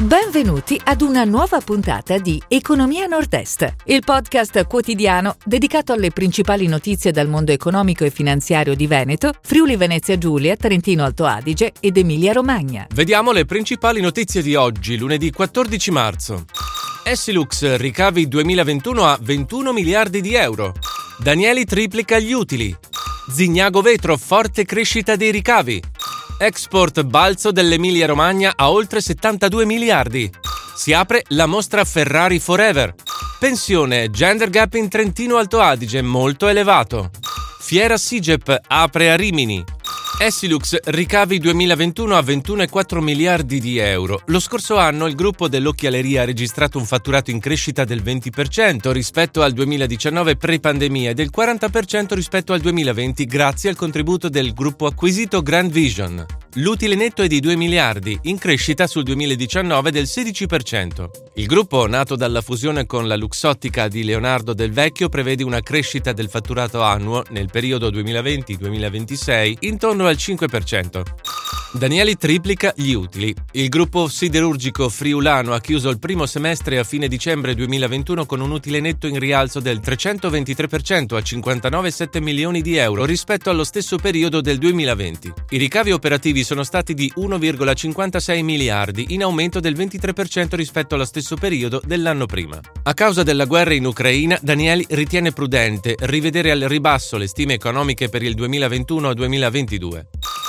Benvenuti ad una nuova puntata di Economia Nord-Est, il podcast quotidiano dedicato alle principali notizie dal mondo economico e finanziario di Veneto, Friuli Venezia Giulia, Trentino Alto Adige ed Emilia Romagna. Vediamo le principali notizie di oggi, lunedì 14 marzo. Essilux, ricavi 2021 a 21 miliardi di euro. Danieli triplica gli utili. Zignago Vetro, forte crescita dei ricavi. Export, balzo dell'Emilia Romagna a oltre 72 miliardi. Si apre la mostra Ferrari Forever. Pensione, gender gap in Trentino Alto Adige molto elevato. Fiera SIGEP apre a Rimini. Essilux, ricavi 2021 a 21,4 miliardi di euro. Lo scorso anno il gruppo dell'occhialeria ha registrato un fatturato in crescita del 20% rispetto al 2019 pre-pandemia e del 40% rispetto al 2020 grazie al contributo del gruppo acquisito Grand Vision. L'utile netto è di 2 miliardi, in crescita sul 2019 del 16%. Il gruppo, nato dalla fusione con la Luxottica di Leonardo Del Vecchio, prevede una crescita del fatturato annuo nel periodo 2020-2026 intorno al 5%. Danieli triplica gli utili. Il gruppo siderurgico friulano ha chiuso il primo semestre a fine dicembre 2021 con un utile netto in rialzo del 323% a 59,7 milioni di euro rispetto allo stesso periodo del 2020. I ricavi operativi sono stati di 1,56 miliardi, in aumento del 23% rispetto allo stesso periodo dell'anno prima. A causa della guerra in Ucraina, Danieli ritiene prudente rivedere al ribasso le stime economiche per il 2021-2022.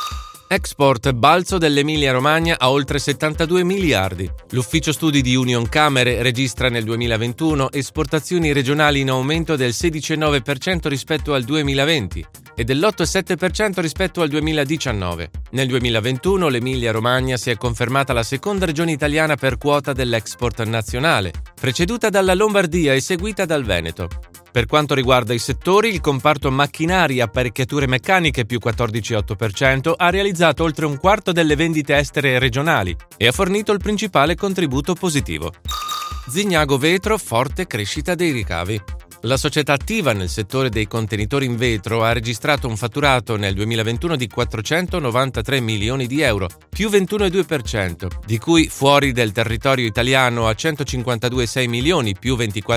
Export, balzo dell'Emilia Romagna a oltre 72 miliardi. L'ufficio studi di Unioncamere registra nel 2021 esportazioni regionali in aumento del 16,9% rispetto al 2020 e dell'8,7% rispetto al 2019. Nel 2021 l'Emilia Romagna si è confermata la seconda regione italiana per quota dell'export nazionale, preceduta dalla Lombardia e seguita dal Veneto. Per quanto riguarda i settori, il comparto macchinari e apparecchiature meccaniche più 14,8% ha realizzato oltre un quarto delle vendite estere regionali e ha fornito il principale contributo positivo. Zignago Vetro, forte crescita dei ricavi. La società attiva nel settore dei contenitori in vetro ha registrato un fatturato nel 2021 di 493 milioni di euro, più 21,2%, di cui fuori del territorio italiano a 152,6 milioni, più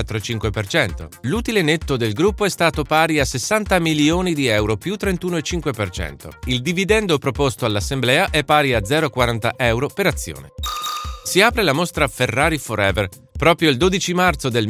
24,5%. L'utile netto del gruppo è stato pari a 60 milioni di euro, più 31,5%. Il dividendo proposto all'assemblea è pari a 0,40 euro per azione. Si apre la mostra Ferrari Forever. Proprio il 12 marzo del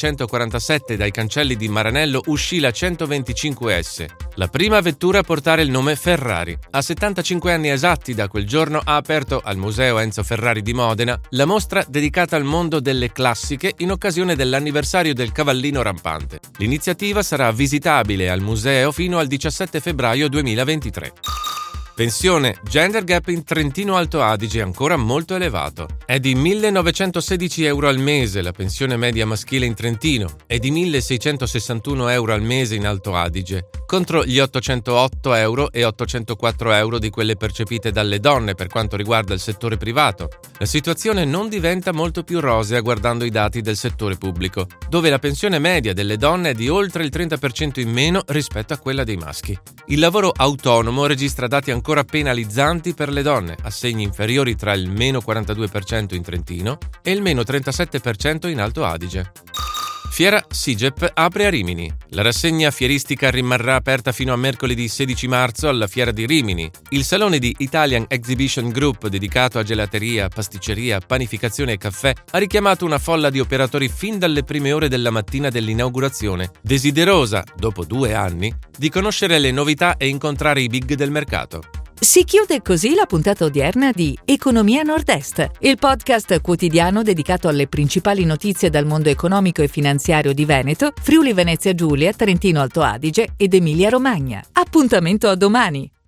1947 dai cancelli di Maranello uscì la 125S, la prima vettura a portare il nome Ferrari. A 75 anni esatti da quel giorno ha aperto al Museo Enzo Ferrari di Modena la mostra dedicata al mondo delle classiche in occasione dell'anniversario del cavallino rampante. L'iniziativa sarà visitabile al museo fino al 17 febbraio 2023. Pensione, gender gap in Trentino Alto Adige ancora molto elevato. È di 1.916 euro al mese la pensione media maschile in Trentino e di 1.661 euro al mese in Alto Adige, contro gli 808 euro e 804 euro di quelle percepite dalle donne per quanto riguarda il settore privato. La situazione non diventa molto più rosea guardando i dati del settore pubblico, dove la pensione media delle donne è di oltre il 30% in meno rispetto a quella dei maschi. Il lavoro autonomo registra dati ancora penalizzanti per le donne, assegni inferiori tra il meno 42% in Trentino e il meno 37% in Alto Adige. Fiera SIGEP apre a Rimini. La rassegna fieristica rimarrà aperta fino a mercoledì 16 marzo alla Fiera di Rimini. Il salone di Italian Exhibition Group, dedicato a gelateria, pasticceria, panificazione e caffè, ha richiamato una folla di operatori fin dalle prime ore della mattina dell'inaugurazione, desiderosa, dopo 2 anni, di conoscere le novità e incontrare i big del mercato. Si chiude così la puntata odierna di Economia Nord-Est, il podcast quotidiano dedicato alle principali notizie dal mondo economico e finanziario di Veneto, Friuli Venezia Giulia, Trentino Alto Adige ed Emilia Romagna. Appuntamento a domani!